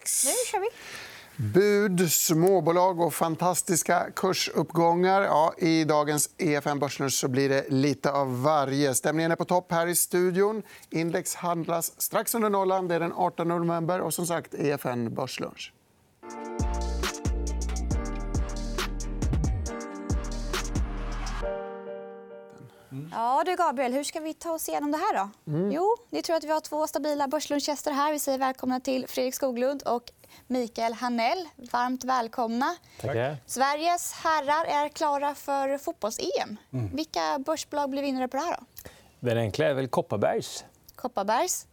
dags. Nu kör vi. Bud, småbolag och fantastiska kursuppgångar. Ja, i dagens EFN Börslunch så blir det lite av varje. Stämningen är på topp här i studion. Index handlas strax under nollan. Det är den 18 november. Och som sagt, EFN Börslunch. Ja, du Gabriel, hur ska vi ta oss igenom det här då? Jo, ni tror att vi har två stabila börslunchgäster här. Vi säger välkomna till Fredrik Skoglund och Mikael Hanell. Varmt välkomna. Tackar. Sveriges herrar är klara för fotbolls-EM. Vilka börsbolag blir vinnare på det här då? Den enkla är väl Kopparbergs. Kopparbergs.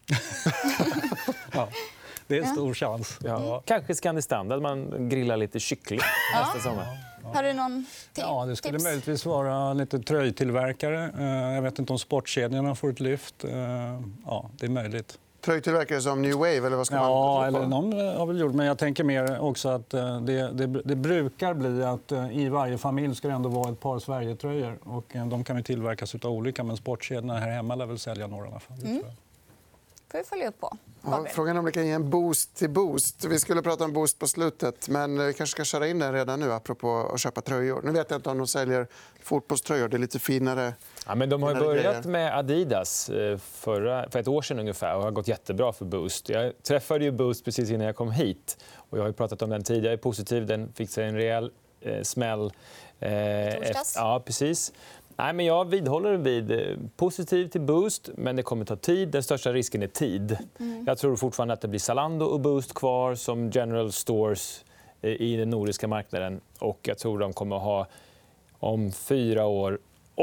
Ja, det är en stor chans. Ja. Kanske Scandi Standard. Man grillar lite kyckling nästa sommar. Har du någon Ja, det skulle tips? möjligtvis vara lite tröjtillverkare. Jag vet inte om sportkedjorna får ett lyft. Ja, det är möjligt. Tröjtillverkare som New Wave, eller vad ska man Ja, tro på? eller någon har väl gjort. Men jag tänker mer också att det brukar bli att i varje familj ska det ändå vara ett par Sverigetröjor. Och de kan ju tillverkas av olika, men sportkedjorna här hemma lär väl sälja några i alla fall. Det tror jag. Får vi följa upp på. Ja, frågan är om det kan ge en boost till Boost. Vi skulle prata om Boost på slutet, men vi kanske ska köra in den redan nu apropå att köpa tröjor. Nu vet jag inte om de säljer fotbollströjor. Det är lite finare. Ja, men de har finare börjat grejer. med Adidas för ett år sedan ungefär och har gått jättebra för Boost. Jag träffade ju Boost precis innan jag kom hit. Och jag har ju pratat om den tidigare. Jag är positiv. Den fick sig en rejäl smäll. Torsdags. Ja, precis. Nej, men jag vidhåller vid positiv till Boost, men det kommer ta tid. Den största risken är tid. Jag tror fortfarande att det blir Zalando och Boost kvar som General Stores i den nordiska marknaden. Och jag tror de kommer att ha om 4 år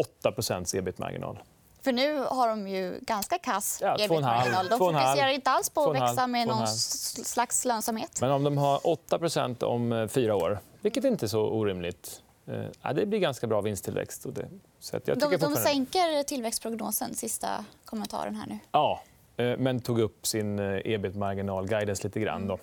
8% ebit-marginal. För nu har de ju ganska kass Ja, 2,5. ebit-marginal. De fokuserar inte alls på att 2,5. växa med någon slags lönsamhet. Men om de har 8% om 4 år, vilket inte är så orimligt, ja, det blir ganska bra vinsttillväxt. Och det, så att jag tycker De sänker tillväxtprognosen, sista kommentaren här nu. Ja, men tog upp sin ebit-marginal guidance lite grann. Då.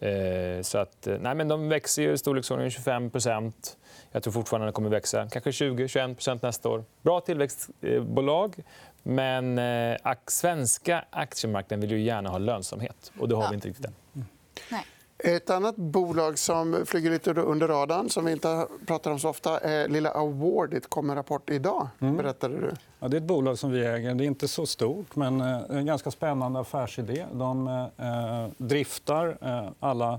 Så att, nej, men de växer ju i storleksordningen 25%. Jag tror fortfarande att de kommer växa kanske 20-21% nästa år. Bra tillväxtbolag, men svenska aktiemarknaden vill ju gärna ha lönsamhet. Och det har vi inte riktigt än. Nej. Ett annat bolag som flyger lite under radarn, som vi inte pratar om så ofta, är lilla Award. Det kom en rapport idag, berättade du. Ja, det är ett bolag som vi äger. Det är inte så stort, men en ganska spännande affärsidé. De driftar alla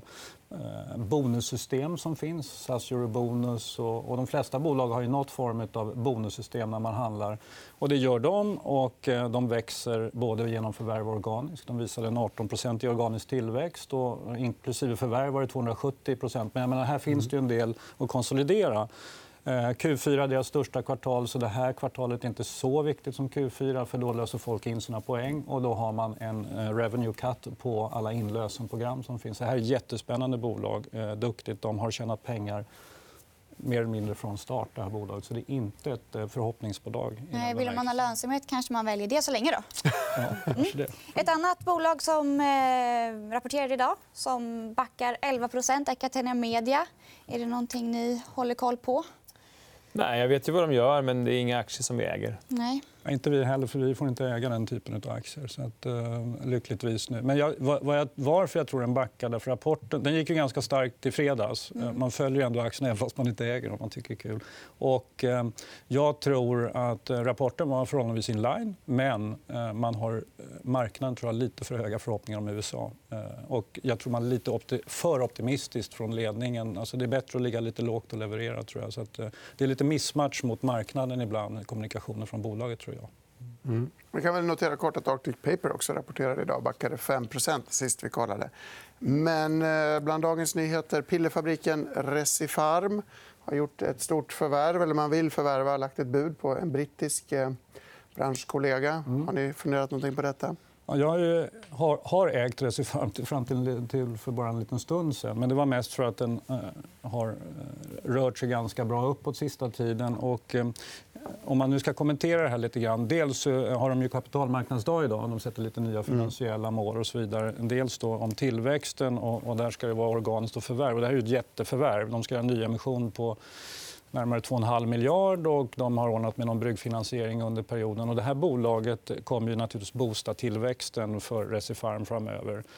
bonussystem som finns, SAS Eurobonus och de flesta bolag har ju något form av bonussystem när man handlar. Och det gör de, och de växer både genom förvärv och organiskt. De visade en 18% i organisk tillväxt och inklusive förvärv var det 270%. Men jag menar, här finns det ju en del att konsolidera. Q4 är deras största kvartal, så det här kvartalet är inte så viktigt som Q4, för då löser folk in sina poäng och då har man en revenue cut på alla inlösenprogram som finns. Det här är ett jättespännande bolag, duktigt. De har tjänat pengar mer eller mindre från start, det här bolaget. Så det är inte ett förhoppningsbolag. Nej, vill man ha lönsamhet kanske man väljer det så länge då. Ja, kanske det. Ett annat bolag som rapporterade idag som backar 11%, är Catena Media. Är det någonting ni håller koll på? Nej, jag vet ju vad de gör, men det är inga aktier som vi äger. Nej. Ja, inte vi heller, för vi får inte äga den typen av aktier. Så att, lyckligtvis nu. Men varför jag tror den backade, för rapporten den gick ju ganska starkt i fredags. Man följer ju ändå aktierna även fast man inte äger dem. Man tycker det är kul. Och, jag tror att rapporten var förhållandevis inline, men man har marknaden tror jag lite för höga förhoppningar om USA. Och jag tror man är lite för optimistiskt från ledningen. Alltså, det är bättre att ligga lite lågt och leverera, tror jag. Så att, det är lite missmatch mot marknaden ibland, kommunikationen från bolaget, tror jag. Vi kan väl notera kort att Arctic Paper också rapporterade idag, backade 5% sist vi kollade. Men bland dagens nyheter, pillerfabriken Recipharm har gjort ett stort förvärv, eller man vill förvärva, lagt ett bud på en brittisk branschkollega. Har ni funderat någonting på detta? Ja, jag har ägt Recipharm fram till för bara en liten stund sedan. Men det var mest för att den har rört sig ganska bra uppåt sista tiden. Och, om man nu ska kommentera det här lite grann. Dels har de ju kapitalmarknadsdag idag. De sätter lite nya finansiella mål och så vidare. Dels då om tillväxten och där ska det vara organiskt och förvärv. Och det här är ett jätteförvärv. De ska ha en ny emission på närmare 2,5 miljard och de har ordnat med någon bryggfinansiering under perioden. Och det här bolaget kommer ju naturligtvis boosta tillväxten för Recipharm framöver.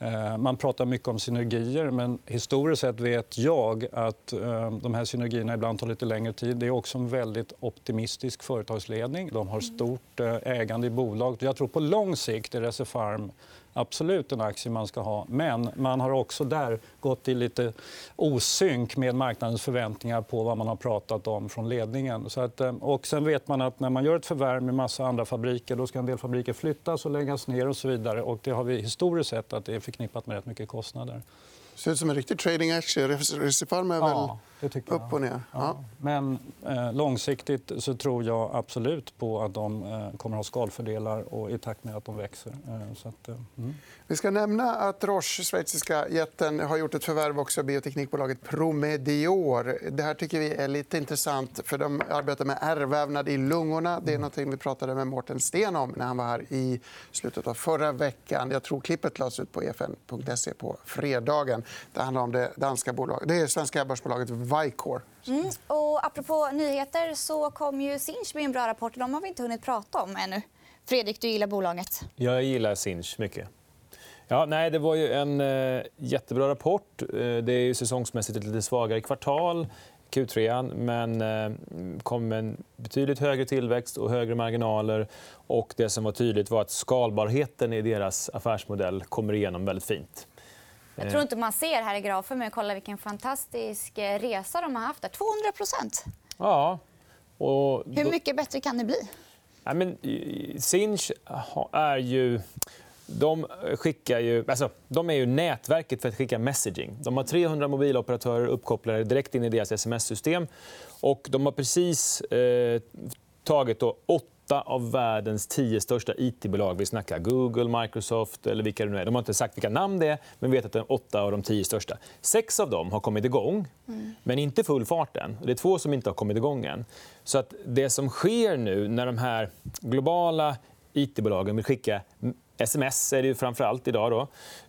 Man pratar mycket om synergier, men historiskt sett vet jag att de här synergierna ibland tar lite längre tid. Det är också en väldigt optimistisk företagsledning. De har stort ägande i bolag. Jag tror på lång sikt är Recipharm absolut en aktie man ska ha. Men man har också där gått i lite osynk med marknadens förväntningar på vad man har pratat om från ledningen. Så att, och sen vet man att när man gör ett förvärv med massa andra fabriker, då ska en del fabriker flyttas och läggas ner och så vidare. Och det har vi historiskt sett att det är förknippat med rätt mycket kostnader. Det ser ut som en riktig trading-aktie. Recipharm är väl upp och ner. Ja. Men långsiktigt så tror jag absolut på att de kommer ha skalfördelar och i takt med att de växer. Så att, Vi ska nämna att Roche, schweiziska jätten, har gjort ett förvärv också av bioteknikbolaget Promedior. Det här tycker vi är lite intressant, för de arbetar med ärrvävnad i lungorna. Det är något vi pratade med Mårten Sten om när han var här i slutet av förra veckan. Jag tror klippet lades ut på efn.se på fredagen. Det handlar om det danska bolaget. Det är svenska börsbolaget Vicor. Och apropå nyheter så kom ju Sinch med en bra rapport. De har vi inte hunnit prata om ännu. Fredrik, du gillar bolaget. Jag gillar Sinch mycket. Ja, nej, det var ju en jättebra rapport. Det är ju säsongsmässigt ett lite svagare kvartal, Q3, men kom med en betydligt högre tillväxt och högre marginaler. Och det som var tydligt var att skalbarheten i deras affärsmodell kommer igenom väldigt fint. Jag tror inte man ser här i grafen, men kolla vilken fantastisk resa de har haft där. 200%. Ja. Och Hur mycket bättre kan det bli? Ja, men Sinch är ju... De är ju nätverket för att skicka messaging. De har 300 mobiloperatörer uppkopplade direkt in i deras sms-system. Och de har precis tagit 8 av världens 10 största IT-bolag. Vi snackar Google, Microsoft eller vilka det nu är. De har inte sagt vilka namn det är, men vet att det är 8 av de 10 största. 6 av dem har kommit igång, men inte full fart än. Det är 2 som inte har kommit igång än. Så att det som sker nu när de här globala IT-bolagen vill skicka sms, är det ju framförallt idag då,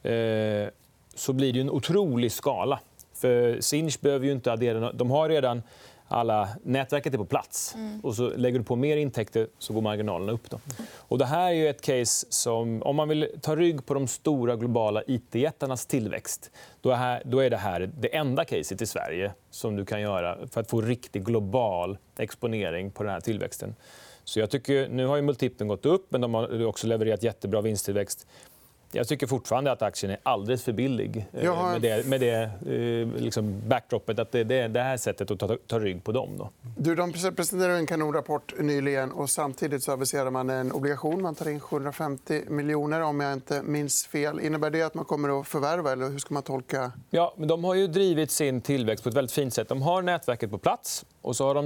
så blir det en otrolig skala. För Sinch behöver ju inte addera. De har redan alla nätverket är på plats. Och så lägger du på mer intäkter så går marginalerna upp. Då. Och det här är ju ett case som, om man vill ta rygg på de stora globala IT-jättarnas tillväxt, då är det här det enda caset i Sverige som du kan göra för att få riktig global exponering på den här tillväxten. Så jag tycker, nu har ju multiplen gått upp, men de har också levererat jättebra vinsttillväxt. Jag tycker fortfarande att aktien är alldeles för billig med det liksom backdropet, att det är det här sättet att ta rygg på dem. Då. De presenterade en kanonrapport nyligen och samtidigt så aviserar man en obligation. Man tar in 750 miljoner om jag inte minns fel. Innebär det att man kommer att förvärva eller hur ska man tolka? Ja, men de har ju drivit sin tillväxt på ett väldigt fint sätt. De har nätverket på plats och så har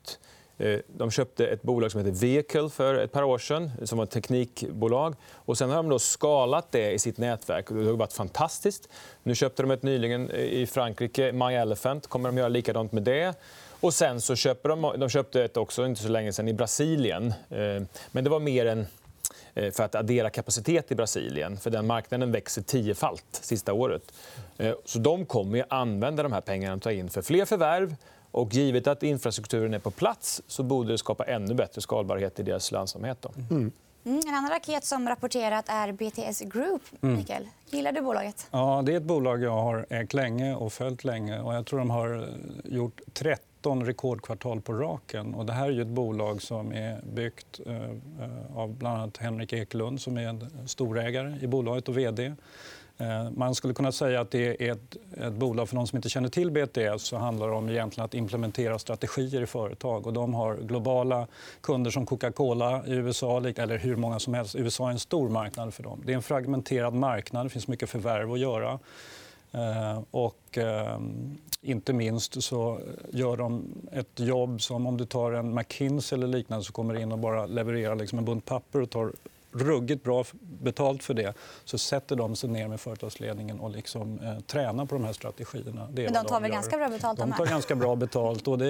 de köpte ett bolag som heter Vehicle för ett par år sedan, som var ett teknikbolag. Och sen har de då skalat det i sitt nätverk. Det har varit fantastiskt. Nu köpte de ett nyligen i Frankrike, MyElephant. Kommer de göra likadant med det? Och sen så de köpte ett också inte så länge sedan i Brasilien. Men det var mer än för att addera kapacitet i Brasilien. För den marknaden växer 10-falt sista året. Så de kommer att använda de här pengarna och ta in för fler förvärv. Och givet att infrastrukturen är på plats så borde det skapa ännu bättre skalbarhet i deras lönsamhet. Då. En annan raket som rapporterat är BTS Group. Mikael, gillar du bolaget? Ja, det är ett bolag jag har ägt länge och följt länge. Och jag tror de har gjort 13 rekordkvartal på raken. Och det här är ju ett bolag som är byggt av bland annat Henrik Ekelund som är en storägare i bolaget och vd. Man skulle kunna säga att det är ett bolag, för de som inte känner till BTS så handlar det om egentligen att implementera strategier i företag. Och de har globala kunder som Coca-Cola i USA, eller hur många som helst. USA är en stor marknad för dem. Det är en fragmenterad marknad, det finns mycket förvärv att göra. Och inte minst så gör de ett jobb som om du tar en McKinsey eller liknande så kommer in och bara levererar liksom en bunt papper och tar ruggigt bra betalt för det, så sätter de sig ner med företagsledningen och liksom, tränar på de här strategierna. Men de tar väl ganska bra betalt? De tar ganska bra betalt. Och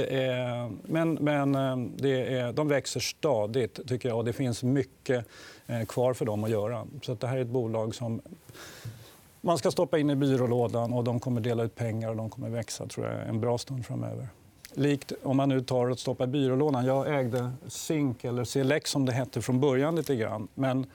de växer stadigt, tycker jag. Och det finns mycket kvar för dem att göra. Så att det här är ett bolag som man ska stoppa in i byrålådan och de kommer dela ut pengar och de kommer växa, tror jag, en bra stund framöver. Likt om man nu tar och stoppar i byrålådan. Jag ägde Sync eller Select som det hette från början lite grann. Men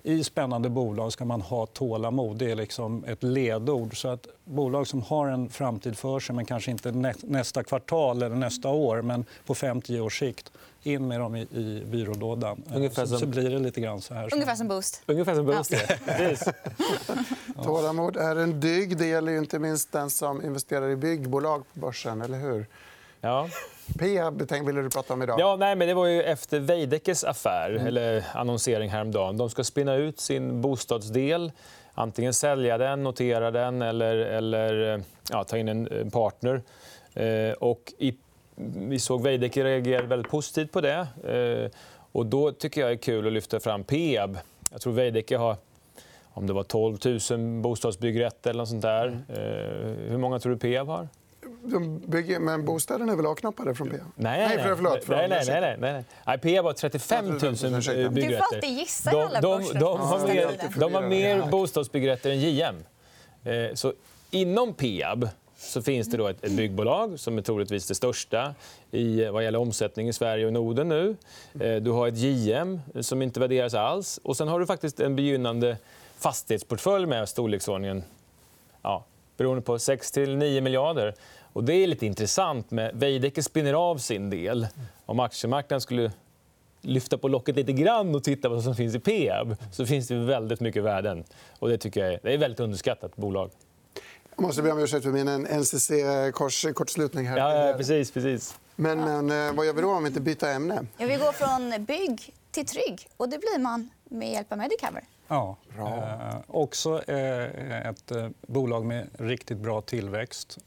i spännande bolag ska man ha tålamod. Det är liksom ett ledord. Så att bolag som har en framtid för sig, men kanske inte nästa kvartal eller nästa år, men på 5-10 års sikt, in med dem i byrålådan. Så blir det lite grann så här. Ungefär som Boost. Ungefär som Boost, ja. Tålamod är en dygd. Det gäller ju inte minst den som investerar i byggbolag på börsen, eller hur? Ja. Peab ville du prata om idag. Ja, nej, men det var ju efter Veidekkes affär, eller annonsering häromdagen. De ska spinna ut sin bostadsdel, antingen sälja den, notera den eller ta in en partner. Och vi såg Veidekke reagera väldigt positivt på det. Och då tycker jag är kul att lyfta fram Peab. Jag tror Veidekke har, om det var 12 000 bostadsbyggrätter eller något sånt där. Hur många tror du Peab har? De bygger, men bostäderna är väl avknoppade från Peab? Nej. Peab har 35 000 byggrätter. Du får alltid gissa i alla börser. De har mer bostadsbyggrätter än JM. Så inom Peab så finns det då ett byggbolag som är troligtvis det största vad gäller omsättning i Sverige och Norden nu. Du har ett JM som inte värderas alls. Och sen har du faktiskt en begynnande fastighetsportfölj med storleksordningen, beroende på 6-9 miljarder. Och det är lite intressant med Veidekke spinner av sin del. Om aktiemarknaden skulle lyfta på locket lite grann och titta på vad som finns i Peab, så finns det väldigt mycket värden. Och det tycker jag är väldigt underskattat bolag. Jag måste be om ursäkt för min NCC-kortslutning här. Ja, precis. Men vad gör vi då om vi inte byter ämne? Ja, vi går från bygg till trygg. Och det blir man med hjälp av Medicover. Ja, också ett bolag med riktigt bra tillväxt.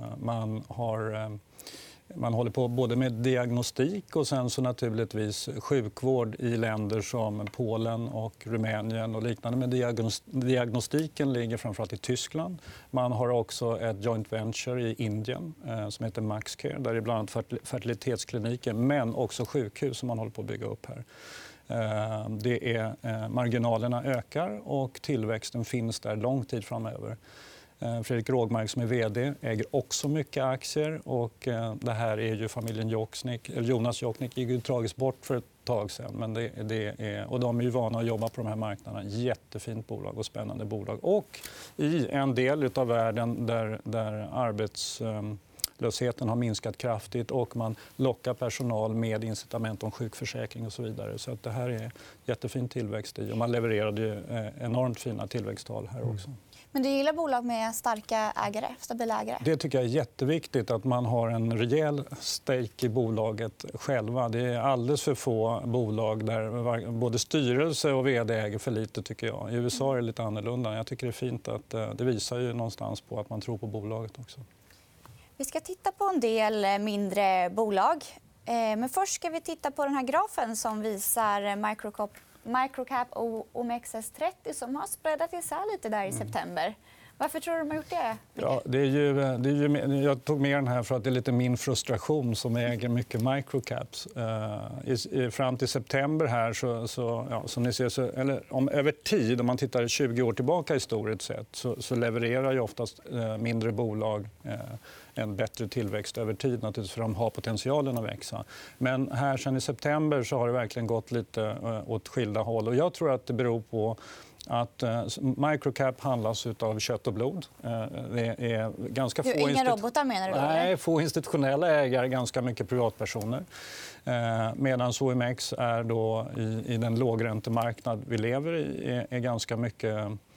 Man håller på både med diagnostik och sen så naturligtvis sjukvård i länder som Polen och Rumänien och liknande. Men diagnostiken ligger framförallt i Tyskland. Man har också ett joint venture i Indien som heter Maxcare, där det är bland annat fertilitetskliniker men också sjukhus som man håller på att bygga upp här. Marginalerna ökar och tillväxten finns där lång tid framöver. Fredrik Rågmark som är vd äger också mycket aktier. Och det här är ju familjen Jonas Jocknick gick ju tragiskt bort för ett tag sedan. Men och de är ju vana att jobba på de här marknaderna. Jättefint bolag och spännande bolag. Och i en del av världen där arbetslösheten har minskat kraftigt och man lockar personal med incitament om sjukförsäkring och så vidare. Så att det här är jättefin tillväxt i. Och man levererade ju enormt fina tillväxttal här också. Men du gillar bolag med starka ägare, stabila ägare? Det tycker jag är jätteviktigt, att man har en rejäl stake i bolaget själva. Det är alldeles för få bolag där både styrelse och vd äger för lite, tycker jag. I USA är det lite annorlunda. Jag tycker det är fint att det visar ju någonstans på att man tror på bolaget också. Vi ska titta på en del mindre bolag. Men först ska vi titta på den här grafen som visar Microcap och OMXS30 som har spreadat isär lite där i september. Varför tror du de har gjort det? Ja, jag tog med den här för att det är lite min frustration som äger mycket microcaps. Fram till september här som ni ser, över tid, om man tittar 20 år tillbaka historiskt sett, så levererar ju oftast mindre bolag en bättre tillväxt över tid, naturligtvis, för de har potentialen att växa. Men här sen i september så har det verkligen gått lite åt skilda håll. Och jag tror att det beror på att microcap handlas av kött och blod. Det är ganska få inga robotar menar du? Nej, få institutionella ägare, ganska mycket privatpersoner. Medan OMX är då i den lågräntemarknad vi lever i är ganska mycket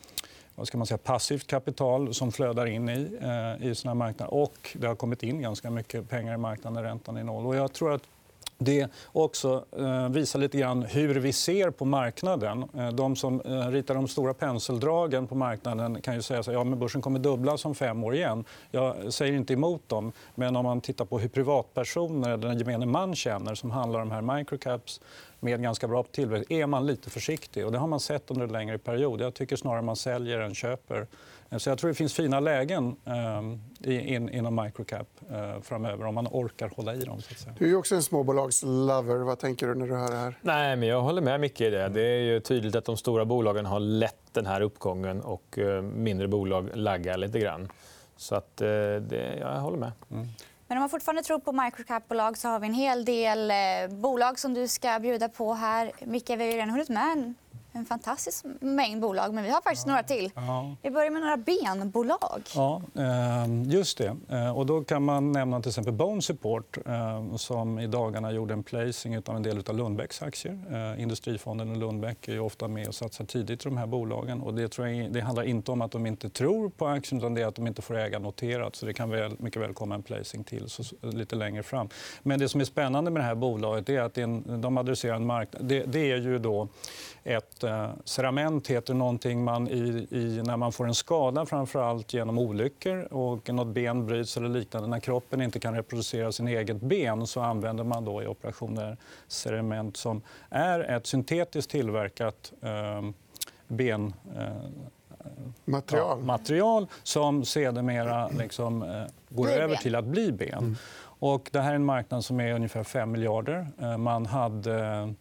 passivt kapital som flödar in i såna här marknader. Och det har kommit in ganska mycket pengar i marknaden när räntan är noll. Och jag tror att det också visar lite grann hur vi ser på marknaden. De som ritar de stora penseldragen på marknaden kan ju säga att börsen kommer dubblas om 5 år igen. Jag säger inte emot dem, men om man tittar på hur privatpersoner eller den gemene man känner som handlar om de här microcaps med ganska bra tillväxt, är man lite försiktig. Och det har man sett under en längre period. Jag tycker snarare man säljer än köper. Så jag tror det finns fina lägen inom microcap framöver om man orkar hålla i dem. Så att säga. Du är också en småbolagslover. Vad tänker du när du hör det här? Nej, men jag håller med Micke i det. Det är ju tydligt att de stora bolagen har lett den här uppgången och mindre bolag laggar lite grann. Så att, jag håller med. Men om man fortfarande tror på microcap-bolag så har vi en hel del bolag som du ska bjuda på här. Micke, vi har ju redan hunnit med en fantastisk mängd bolag, men vi har faktiskt några till. Ja. Vi börjar med några benbolag. Ja, just det. Och då kan man nämna till exempel BONESUPPORT som i dagarna gjorde en placing av en del av Lundbäcks aktier. Industrifonden och Lundbäck är ju ofta med och satsar tidigt i de här bolagen. Och det handlar inte om att de inte tror på aktien, utan det är att de inte får äga noterat. Så det kan mycket väl komma en placing till lite längre fram. Men det som är spännande med det här bolaget är att de adresserar en marknad. Det är ju då ett cerament heter någonting man när man får en skada, framförallt genom olyckor och något ben bryts eller liknande. När kroppen inte kan reproducera sin eget ben så använder man då i operationer cerament som är ett syntetiskt tillverkat material som sedermera går över till att bli ben. Och det här är en marknad som är ungefär 5 miljarder. Man hade...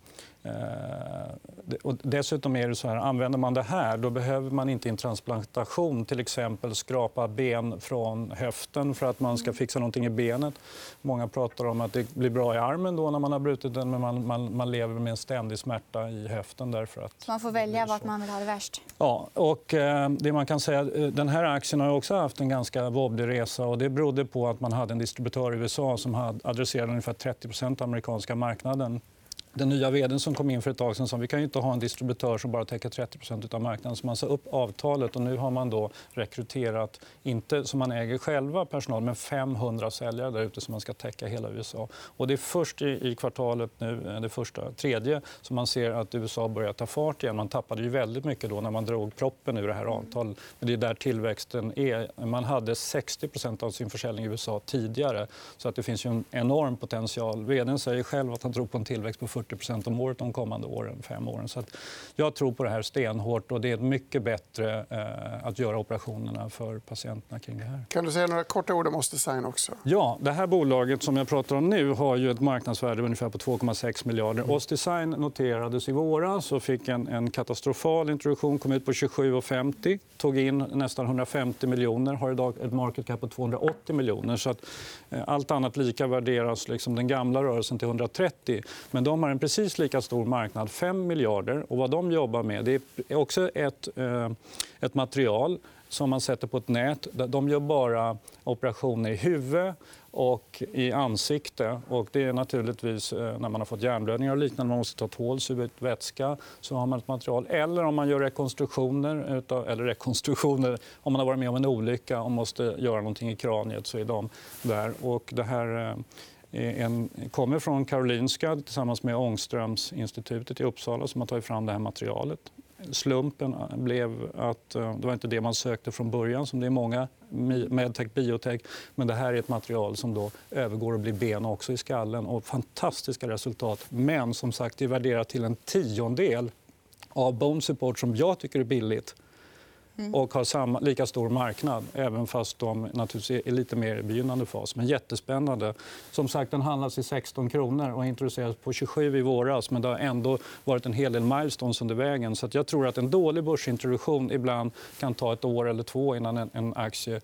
Och dessutom är det så här, använder man det här då behöver man inte en transplantation, till exempel skrapa ben från höften för att man ska fixa någonting i benet. Många pratar om att det blir bra i armen då när man har brutit den, men man lever med en ständig smärta i höften därför att... Så man får välja vart man vill ha det värst. Ja, och det man kan säga, den här aktien har också haft en ganska wobblig resa och det berodde på att man hade en distributör i USA som adresserade ungefär 30% av amerikanska marknaden. Den nya vdn som kom in för ett tag sedan sa vi kan ju inte ha en distributör som bara täcker 30% av marknaden. Så man sa upp avtalet och nu har man då rekryterat, inte som man äger själva personal, men 500 säljare där ute som man ska täcka hela USA. Och det är först i kvartalet nu, det tredje, som man ser att USA börjar ta fart igen. Man tappade ju väldigt mycket då när man drog proppen ur det här avtalet. Men det är där tillväxten är. Man hade 60% av sin försäljning i USA tidigare. Så att det finns ju en enorm potential. Vdn säger själv att han tror på en tillväxt på 40% om året de kommande åren, 5 åren. Så att jag tror på det här stenhårt och det är mycket bättre att göra operationerna för patienterna kring det här. Kan du säga några korta ord om OssDsign också? Ja, det här bolaget som jag pratar om nu har ju ett marknadsvärde ungefär på 2,6 miljarder. OssDsign noterades i våras och fick en katastrofal introduktion, kom ut på 27,50, tog in nästan 150 miljoner, har idag ett market cap på 280 miljoner. Så att allt annat lika värderas den gamla rörelsen till 130. Men de har en precis lika stor marknad, 5 miljarder. Och vad de jobbar med det är också ett material som man sätter på ett nät. De gör bara operationer i huvud och i ansikte. Och det är naturligtvis när man har fått hjärnblödningar och liknande, man måste ta ett hål, suga ut vätska, så har man ett material. Eller om man gör rekonstruktioner, om man har varit med om en olycka och måste göra någonting i kraniet så är de där. Och det här kommer från Karolinska tillsammans med Ångströmsinstitutet i Uppsala som har tagit fram det här materialet. Slumpen blev att det var inte det man sökte från början som det är många medtech, biotech, men det här är ett material som då övergår att bli ben också i skallen och fantastiska resultat. Men som sagt, det är värderat till en 10% av BONESUPPORT som jag tycker är billigt. Och har lika stor marknad, även fast de naturligtvis är lite mer i begynnande fas. Men jättespännande. Som sagt, den handlas i 16 kronor och introducerades på 27 i våras. Men det har ändå varit en hel del milestones under vägen. Så att jag tror att en dålig börsintroduktion ibland kan ta 1 år eller 2 innan en aktie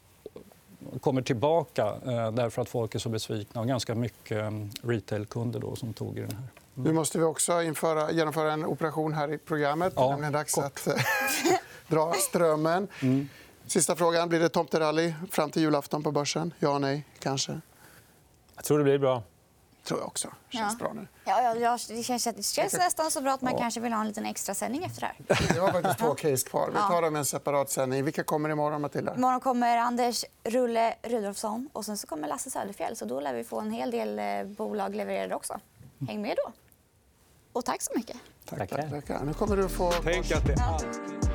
kommer tillbaka därför att folk är så besvikna. Och ganska mycket retailkunder då som tog i den här. Nu måste vi också genomföra en operation här i programmet. Ja, det är dags att dra strömmen. Sista frågan. Blir det tomterally fram till julafton på börsen? Ja, nej, kanske? Jag tror det blir bra. Tror jag också. Känns bra nu. Ja, det känns nästan så bra att man kanske vill ha en liten extra sändning efter det här. Det var faktiskt 2 case kvar. Vi tar dem i en separat sändning. Vilka kommer imorgon, Matilda? Imorgon kommer Anders Rulle Rudolfsson och sen så kommer Lasse Söderfjell. Så då lär vi få en hel del bolag levererade också. Häng med då. Och tack så mycket. Tackar. Nu kommer du få... Tänk att det alltid...